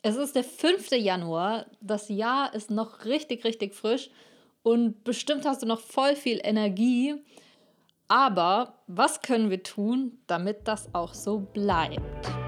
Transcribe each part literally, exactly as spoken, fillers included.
Es ist der fünfte Januar. Das Jahr ist noch richtig, richtig frisch und bestimmt hast du noch voll viel Energie. Aber was können wir tun, damit das auch so bleibt?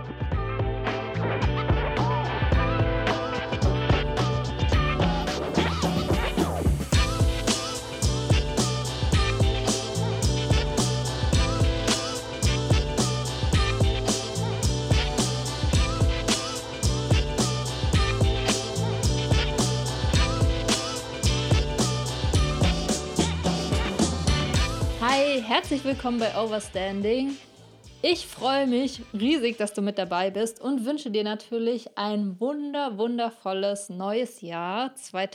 Hi, herzlich willkommen bei Overstanding. Ich freue mich riesig, dass du mit dabei bist und wünsche dir natürlich ein wunder, wundervolles neues Jahr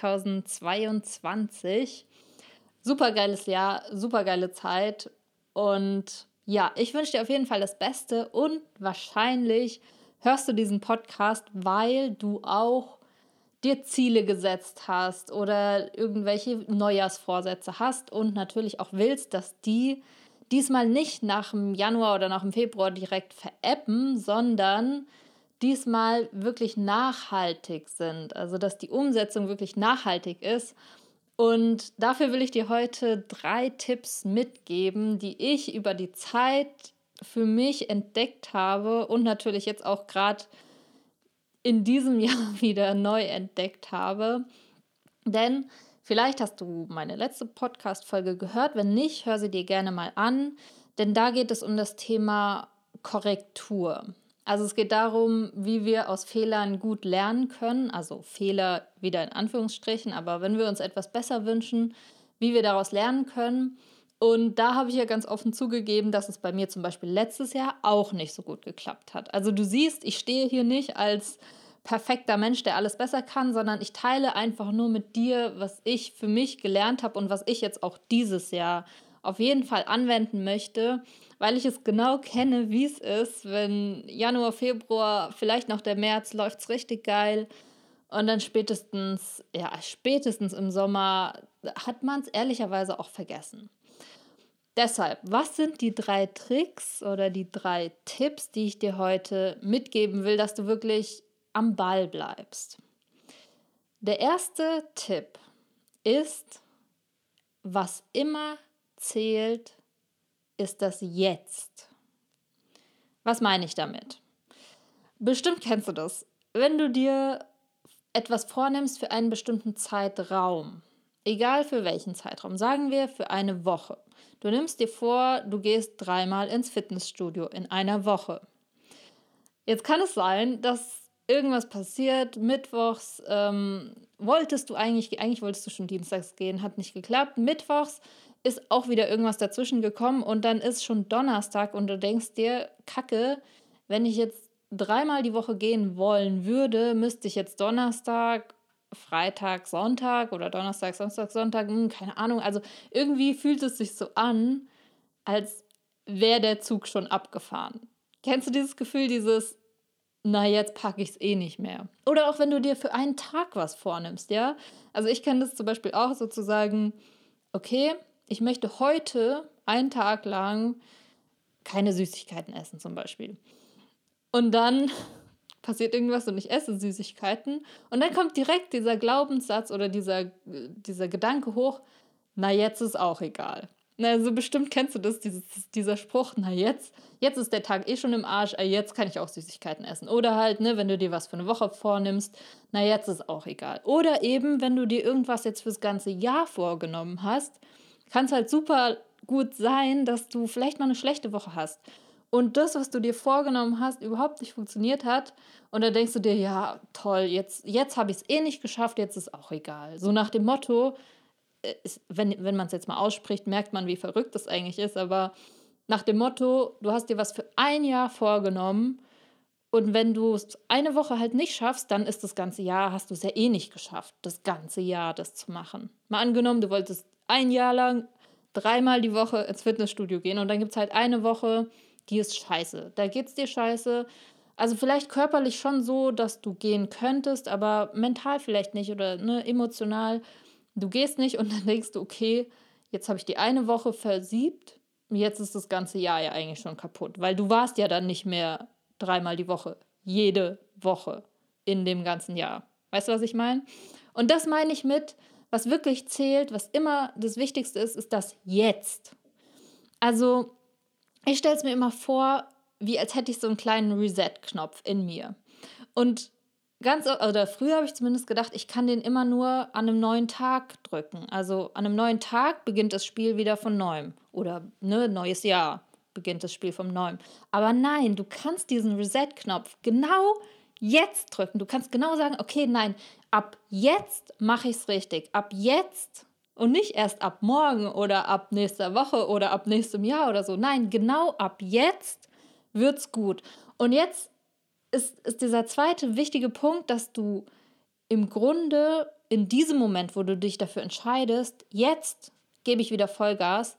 zweitausendzweiundzwanzig. Super geiles Jahr, super geile Zeit und ja, ich wünsche dir auf jeden Fall das Beste und wahrscheinlich hörst du diesen Podcast, weil du auch dir Ziele gesetzt hast oder irgendwelche Neujahrsvorsätze hast und natürlich auch willst, dass die diesmal nicht nach dem Januar oder nach dem Februar direkt veräppen, sondern diesmal wirklich nachhaltig sind. Also, dass die Umsetzung wirklich nachhaltig ist. Und dafür will ich dir heute drei Tipps mitgeben, die ich über die Zeit für mich entdeckt habe und natürlich jetzt auch gerade in diesem Jahr wieder neu entdeckt habe. Denn vielleicht hast du meine letzte Podcast-Folge gehört. Wenn nicht, hör sie dir gerne mal an. Denn da geht es um das Thema Korrektur. Also es geht darum, wie wir aus Fehlern gut lernen können. Also Fehler wieder in Anführungsstrichen, aber wenn wir uns etwas besser wünschen, wie wir daraus lernen können. Und da habe ich ja ganz offen zugegeben, dass es bei mir zum Beispiel letztes Jahr auch nicht so gut geklappt hat. Also du siehst, ich stehe hier nicht als perfekter Mensch, der alles besser kann, sondern ich teile einfach nur mit dir, was ich für mich gelernt habe und was ich jetzt auch dieses Jahr auf jeden Fall anwenden möchte, weil ich es genau kenne, wie es ist, wenn Januar, Februar, vielleicht noch der März läuft es richtig geil und dann spätestens, ja, spätestens im Sommer hat man es ehrlicherweise auch vergessen. Deshalb, was sind die drei Tricks oder die drei Tipps, die ich dir heute mitgeben will, dass du wirklich am Ball bleibst? Der erste Tipp ist, was immer zählt, ist das Jetzt. Was meine ich damit? Bestimmt kennst du das. Wenn du dir etwas vornimmst für einen bestimmten Zeitraum, egal für welchen Zeitraum, sagen wir für eine Woche. Du nimmst dir vor, du gehst dreimal ins Fitnessstudio in einer Woche. Jetzt kann es sein, dass irgendwas passiert, mittwochs ähm, wolltest du eigentlich, eigentlich wolltest du schon dienstags gehen, hat nicht geklappt. Mittwochs ist auch wieder irgendwas dazwischen gekommen und dann ist schon Donnerstag und du denkst dir, Kacke, wenn ich jetzt dreimal die Woche gehen wollen würde, müsste ich jetzt Donnerstag, Freitag, Sonntag oder Donnerstag, Samstag, Sonntag, hm, keine Ahnung. Also irgendwie fühlt es sich so an, als wäre der Zug schon abgefahren. Kennst du dieses Gefühl, dieses, na jetzt packe ich es eh nicht mehr? Oder auch wenn du dir für einen Tag was vornimmst, ja? Also ich kenne das zum Beispiel auch sozusagen, okay, ich möchte heute einen Tag lang keine Süßigkeiten essen zum Beispiel. Und dann passiert irgendwas und ich esse Süßigkeiten und dann kommt direkt dieser Glaubenssatz oder dieser, dieser Gedanke hoch, na jetzt ist auch egal. Na, so bestimmt kennst du das, dieses, dieser Spruch, na jetzt, jetzt ist der Tag eh schon im Arsch, jetzt kann ich auch Süßigkeiten essen. Oder halt, ne, wenn du dir was für eine Woche vornimmst, na jetzt ist auch egal. Oder eben, wenn du dir irgendwas jetzt fürs ganze Jahr vorgenommen hast, kann es halt super gut sein, dass du vielleicht mal eine schlechte Woche hast. Und das, was du dir vorgenommen hast, überhaupt nicht funktioniert hat. Und dann denkst du dir, ja, toll, jetzt, jetzt habe ich es eh nicht geschafft, jetzt ist auch egal. So nach dem Motto, ist, wenn, wenn man es jetzt mal ausspricht, merkt man, wie verrückt das eigentlich ist. Aber nach dem Motto, du hast dir was für ein Jahr vorgenommen und wenn du es eine Woche halt nicht schaffst, dann ist das ganze Jahr, hast du es ja eh nicht geschafft, das ganze Jahr das zu machen. Mal angenommen, du wolltest ein Jahr lang dreimal die Woche ins Fitnessstudio gehen und dann gibt es halt eine Woche, die ist scheiße. Da geht's dir scheiße. Also vielleicht körperlich schon so, dass du gehen könntest, aber mental vielleicht nicht oder ne, emotional. Du gehst nicht und dann denkst du, okay, jetzt habe ich die eine Woche versiebt, jetzt ist das ganze Jahr ja eigentlich schon kaputt, weil du warst ja dann nicht mehr dreimal die Woche, jede Woche in dem ganzen Jahr. Weißt du, was ich meine? Und das meine ich mit, was wirklich zählt, was immer das Wichtigste ist, ist das Jetzt. Also ich stelle es mir immer vor, wie als hätte ich so einen kleinen Reset-Knopf in mir. Und ganz, oder früher habe ich zumindest gedacht, ich kann den immer nur an einem neuen Tag drücken. Also an einem neuen Tag beginnt das Spiel wieder von neuem. Oder ne, neues Jahr beginnt das Spiel von neuem. Aber nein, du kannst diesen Reset-Knopf genau jetzt drücken. Du kannst genau sagen, okay, nein, ab jetzt mache ich es richtig. Ab jetzt und nicht erst ab morgen oder ab nächster Woche oder ab nächstem Jahr oder so. Nein, genau ab jetzt wird's gut. Und jetzt ist, ist dieser zweite wichtige Punkt, dass du im Grunde in diesem Moment, wo du dich dafür entscheidest, jetzt gebe ich wieder Vollgas,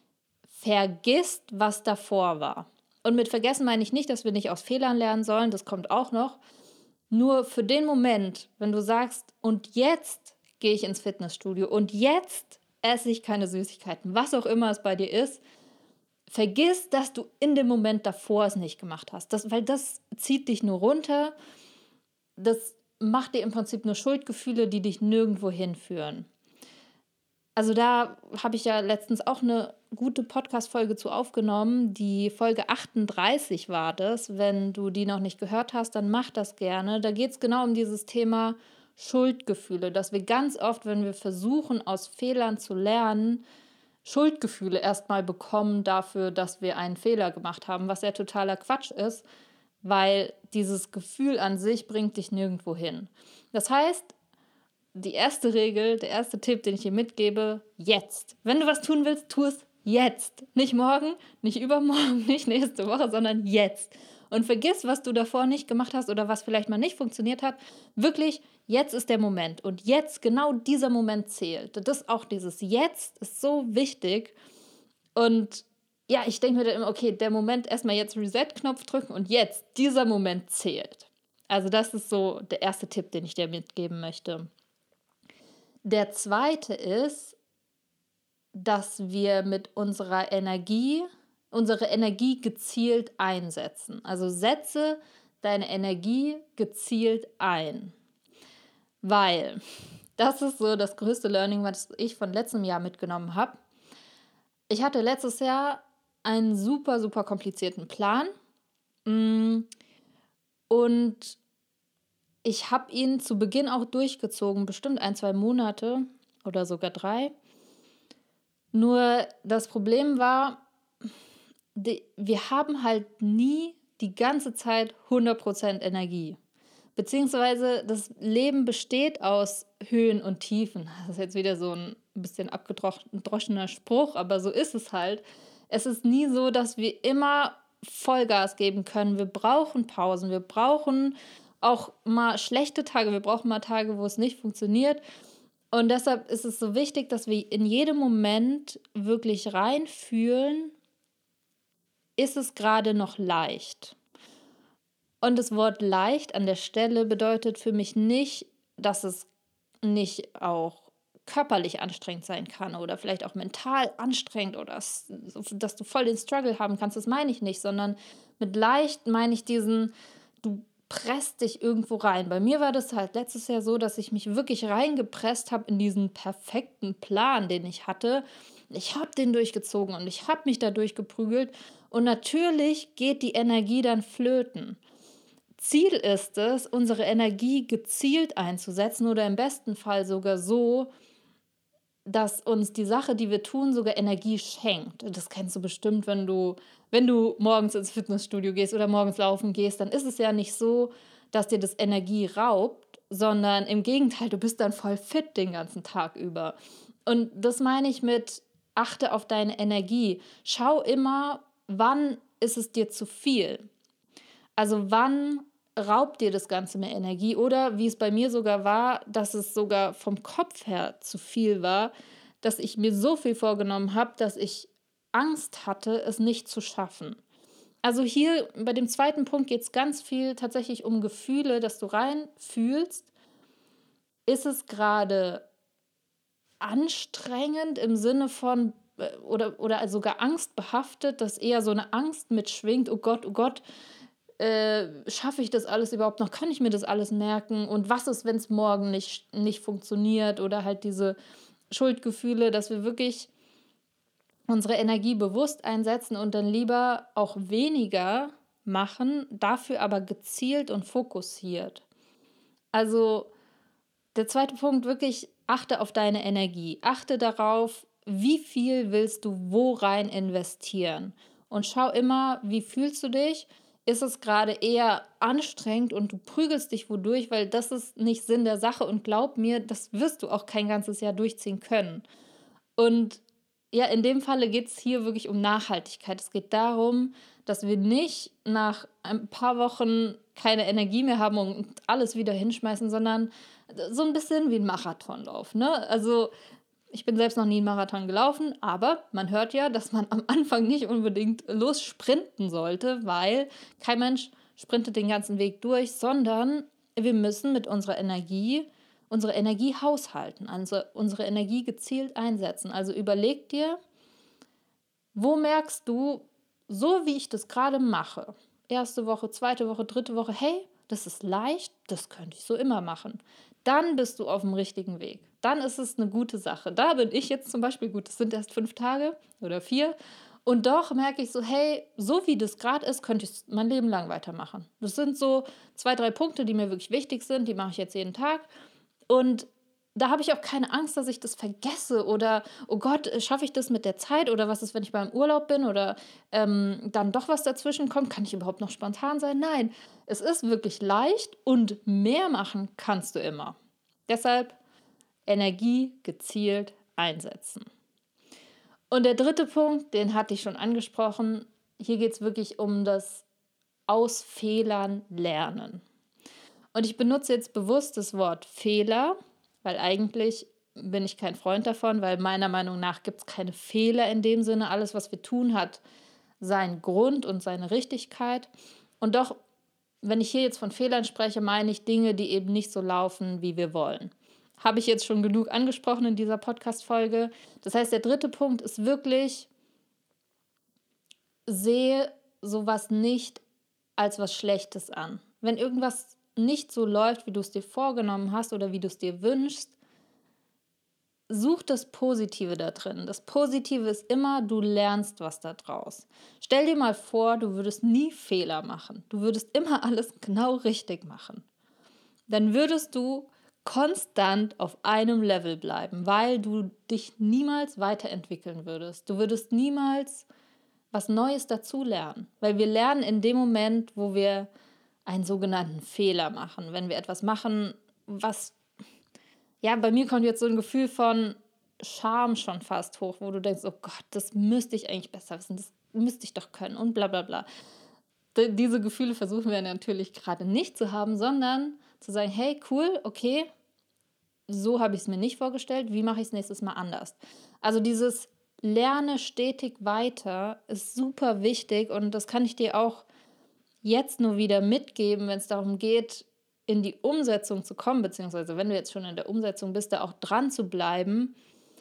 vergisst, was davor war. Und mit vergessen meine ich nicht, dass wir nicht aus Fehlern lernen sollen, das kommt auch noch. Nur für den Moment, wenn du sagst, und jetzt gehe ich ins Fitnessstudio und jetzt esse ich keine Süßigkeiten, was auch immer es bei dir ist, vergiss, dass du in dem Moment davor es nicht gemacht hast. Das, weil das zieht dich nur runter. Das macht dir im Prinzip nur Schuldgefühle, die dich nirgendwo hinführen. Also da habe ich ja letztens auch eine gute Podcast-Folge zu aufgenommen. Die Folge achtunddreißig war das. Wenn du die noch nicht gehört hast, dann mach das gerne. Da geht es genau um dieses Thema Schuldgefühle, dass wir ganz oft, wenn wir versuchen, aus Fehlern zu lernen, Schuldgefühle erstmal bekommen dafür, dass wir einen Fehler gemacht haben, was ja totaler Quatsch ist, weil dieses Gefühl an sich bringt dich nirgendwo hin. Das heißt, die erste Regel, der erste Tipp, den ich dir mitgebe, jetzt. Wenn du was tun willst, tu es jetzt. Nicht morgen, nicht übermorgen, nicht nächste Woche, sondern jetzt. Und vergiss, was du davor nicht gemacht hast oder was vielleicht mal nicht funktioniert hat. Wirklich, jetzt ist der Moment. Und jetzt, genau dieser Moment zählt. Das auch dieses Jetzt ist so wichtig. Und ja, ich denke mir dann immer, okay, der Moment, erstmal jetzt Reset-Knopf drücken und jetzt, dieser Moment zählt. Also das ist so der erste Tipp, den ich dir mitgeben möchte. Der zweite ist, dass wir mit unserer Energie, unsere Energie gezielt einsetzen. Also setze deine Energie gezielt ein. Weil das ist so das größte Learning, was ich von letztem Jahr mitgenommen habe. Ich hatte letztes Jahr einen super, super komplizierten Plan. Und ich habe ihn zu Beginn auch durchgezogen, bestimmt ein, zwei Monate oder sogar drei. Nur das Problem war, die, wir haben halt nie die ganze Zeit hundert Prozent Energie. Beziehungsweise das Leben besteht aus Höhen und Tiefen. Das ist jetzt wieder so ein bisschen abgedroschener Spruch, aber so ist es halt. Es ist nie so, dass wir immer Vollgas geben können. Wir brauchen Pausen, wir brauchen auch mal schlechte Tage, wir brauchen mal Tage, wo es nicht funktioniert. Und deshalb ist es so wichtig, dass wir in jedem Moment wirklich reinfühlen, ist es gerade noch leicht. Und das Wort leicht an der Stelle bedeutet für mich nicht, dass es nicht auch körperlich anstrengend sein kann oder vielleicht auch mental anstrengend oder dass du voll den Struggle haben kannst, das meine ich nicht, sondern mit leicht meine ich diesen, du presst dich irgendwo rein. Bei mir war das halt letztes Jahr so, dass ich mich wirklich reingepresst habe in diesen perfekten Plan, den ich hatte. Ich habe den durchgezogen und ich habe mich da durchgeprügelt und natürlich geht die Energie dann flöten. Ziel ist es, unsere Energie gezielt einzusetzen oder im besten Fall sogar so, dass uns die Sache, die wir tun, sogar Energie schenkt. Das kennst du bestimmt, wenn du, wenn du morgens ins Fitnessstudio gehst oder morgens laufen gehst, dann ist es ja nicht so, dass dir das Energie raubt, sondern im Gegenteil, du bist dann voll fit den ganzen Tag über. Und das meine ich mit, achte auf deine Energie. Schau immer, wann ist es dir zu viel. Also wann raubt dir das Ganze mehr Energie oder wie es bei mir sogar war, dass es sogar vom Kopf her zu viel war, dass ich mir so viel vorgenommen habe, dass ich Angst hatte, es nicht zu schaffen. Also hier bei dem zweiten Punkt geht es ganz viel tatsächlich um Gefühle, dass du reinfühlst. Ist es gerade anstrengend im Sinne von oder, oder sogar angstbehaftet, dass eher so eine Angst mitschwingt, oh Gott, oh Gott, äh, schaffe ich das alles überhaupt noch? Kann ich mir das alles merken? Und was ist, wenn es morgen nicht, nicht funktioniert? Oder halt diese Schuldgefühle, dass wir wirklich unsere Energie bewusst einsetzen und dann lieber auch weniger machen, dafür aber gezielt und fokussiert. Also der zweite Punkt, wirklich achte auf deine Energie. Achte darauf, wie viel willst du wo rein investieren. Und schau immer, wie fühlst du dich? Ist es gerade eher anstrengend und du prügelst dich wodurch, weil das ist nicht Sinn der Sache. Und glaub mir, das wirst du auch kein ganzes Jahr durchziehen können. Und ja, in dem Falle geht es hier wirklich um Nachhaltigkeit. Es geht darum, dass wir nicht nach ein paar Wochen keine Energie mehr haben und alles wieder hinschmeißen, sondern so ein bisschen wie ein Marathonlauf. Ne? Also ich bin selbst noch nie einen Marathon gelaufen, aber man hört ja, dass man am Anfang nicht unbedingt lossprinten sollte, weil kein Mensch sprintet den ganzen Weg durch, sondern wir müssen mit unserer Energie unsere Energie haushalten, also unsere Energie gezielt einsetzen. Also überleg dir, wo merkst du, so wie ich das gerade mache, erste Woche, zweite Woche, dritte Woche, hey, das ist leicht, das könnte ich so immer machen. Dann bist du auf dem richtigen Weg. Dann ist es eine gute Sache. Da bin ich jetzt zum Beispiel, gut, es sind erst fünf Tage oder vier, und doch merke ich so, hey, so wie das gerade ist, könnte ich es mein Leben lang weitermachen. Das sind so zwei, drei Punkte, die mir wirklich wichtig sind, die mache ich jetzt jeden Tag. Und da habe ich auch keine Angst, dass ich das vergesse oder, oh Gott, schaffe ich das mit der Zeit oder was ist, wenn ich beim Urlaub bin oder ähm, dann doch was dazwischen kommt? Kann ich überhaupt noch spontan sein? Nein, es ist wirklich leicht und mehr machen kannst du immer. Deshalb Energie gezielt einsetzen. Und der dritte Punkt, den hatte ich schon angesprochen, hier geht es wirklich um das Aus Fehlern lernen. Und ich benutze jetzt bewusst das Wort Fehler, weil eigentlich bin ich kein Freund davon, weil meiner Meinung nach gibt es keine Fehler in dem Sinne. Alles, was wir tun, hat seinen Grund und seine Richtigkeit. Und doch, wenn ich hier jetzt von Fehlern spreche, meine ich Dinge, die eben nicht so laufen, wie wir wollen. Habe ich jetzt schon genug angesprochen in dieser Podcast-Folge. Das heißt, der dritte Punkt ist wirklich, sehe sowas nicht als was Schlechtes an. Wenn irgendwas nicht so läuft, wie du es dir vorgenommen hast oder wie du es dir wünschst, such das Positive da drin. Das Positive ist immer, du lernst was da draus. Stell dir mal vor, du würdest nie Fehler machen. Du würdest immer alles genau richtig machen. Dann würdest du konstant auf einem Level bleiben, weil du dich niemals weiterentwickeln würdest. Du würdest niemals was Neues dazulernen, weil wir lernen in dem Moment, wo wir einen sogenannten Fehler machen. Wenn wir etwas machen, was, ja, bei mir kommt jetzt so ein Gefühl von Scham schon fast hoch, wo du denkst, oh Gott, das müsste ich eigentlich besser wissen, das müsste ich doch können und bla bla bla. D- diese Gefühle versuchen wir natürlich gerade nicht zu haben, sondern zu sagen, hey, cool, okay, so habe ich es mir nicht vorgestellt, wie mache ich es nächstes Mal anders? Also dieses Lerne stetig weiter ist super wichtig und das kann ich dir auch jetzt nur wieder mitgeben, wenn es darum geht, in die Umsetzung zu kommen, beziehungsweise wenn du jetzt schon in der Umsetzung bist, da auch dran zu bleiben,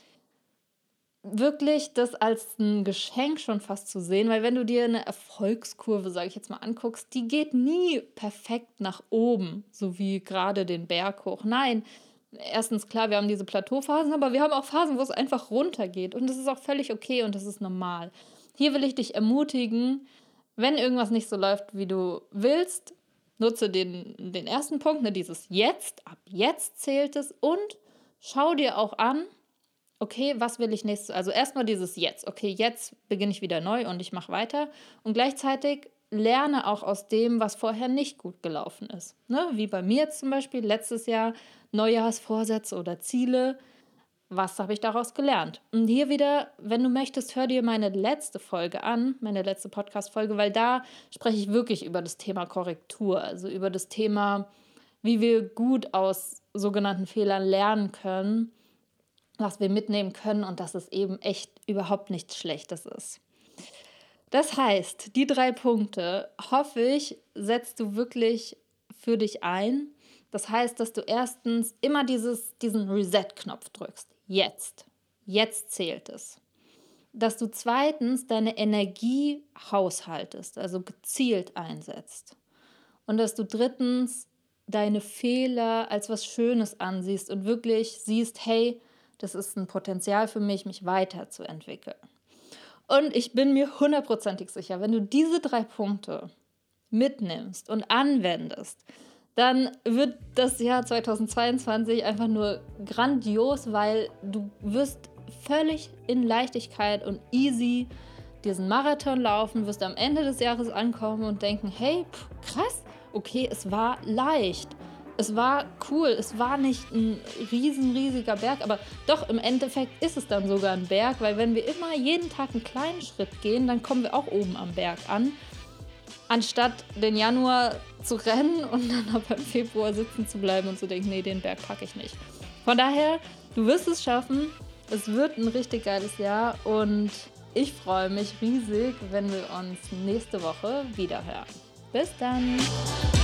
wirklich das als ein Geschenk schon fast zu sehen, weil wenn du dir eine Erfolgskurve, sage ich jetzt mal, anguckst, die geht nie perfekt nach oben, so wie gerade den Berg hoch. Nein, erstens klar, wir haben diese Plateauphasen, aber wir haben auch Phasen, wo es einfach runtergeht und das ist auch völlig okay und das ist normal. Hier will ich dich ermutigen, wenn irgendwas nicht so läuft, wie du willst, nutze den, den ersten Punkt, ne, dieses Jetzt, ab jetzt zählt es und schau dir auch an, okay, was will ich nächstes, also erstmal dieses Jetzt, okay, jetzt beginne ich wieder neu und ich mache weiter und gleichzeitig lerne auch aus dem, was vorher nicht gut gelaufen ist. Ne? Wie bei mir jetzt zum Beispiel letztes Jahr Neujahrsvorsätze oder Ziele. Was habe ich daraus gelernt? Und hier wieder, wenn du möchtest, hör dir meine letzte Folge an, meine letzte Podcast-Folge, weil da spreche ich wirklich über das Thema Korrektur, also über das Thema, wie wir gut aus sogenannten Fehlern lernen können, was wir mitnehmen können und dass es eben echt überhaupt nichts Schlechtes ist. Das heißt, die drei Punkte, hoffe ich, setzt du wirklich für dich ein. Das heißt, dass du erstens immer dieses, diesen Reset-Knopf drückst. Jetzt. Jetzt zählt es. Dass du zweitens deine Energie haushaltest, also gezielt einsetzt. und dass du drittens deine Fehler als was Schönes ansiehst und wirklich siehst, hey, das ist ein Potenzial für mich, mich weiterzuentwickeln. Und ich bin mir hundertprozentig sicher, wenn du diese drei Punkte mitnimmst und anwendest, dann wird das Jahr zweitausendzweiundzwanzig einfach nur grandios, weil du wirst völlig in Leichtigkeit und easy diesen Marathon laufen, wirst am Ende des Jahres ankommen und denken, hey, pff, krass, okay, es war leicht. Es war cool, es war nicht ein riesen, riesiger Berg, aber doch, im Endeffekt ist es dann sogar ein Berg, weil wenn wir immer jeden Tag einen kleinen Schritt gehen, dann kommen wir auch oben am Berg an, anstatt den Januar zu rennen und dann aber im Februar sitzen zu bleiben und zu denken, nee, den Berg packe ich nicht. Von daher, du wirst es schaffen, es wird ein richtig geiles Jahr und ich freue mich riesig, wenn wir uns nächste Woche wiederhören. Bis dann!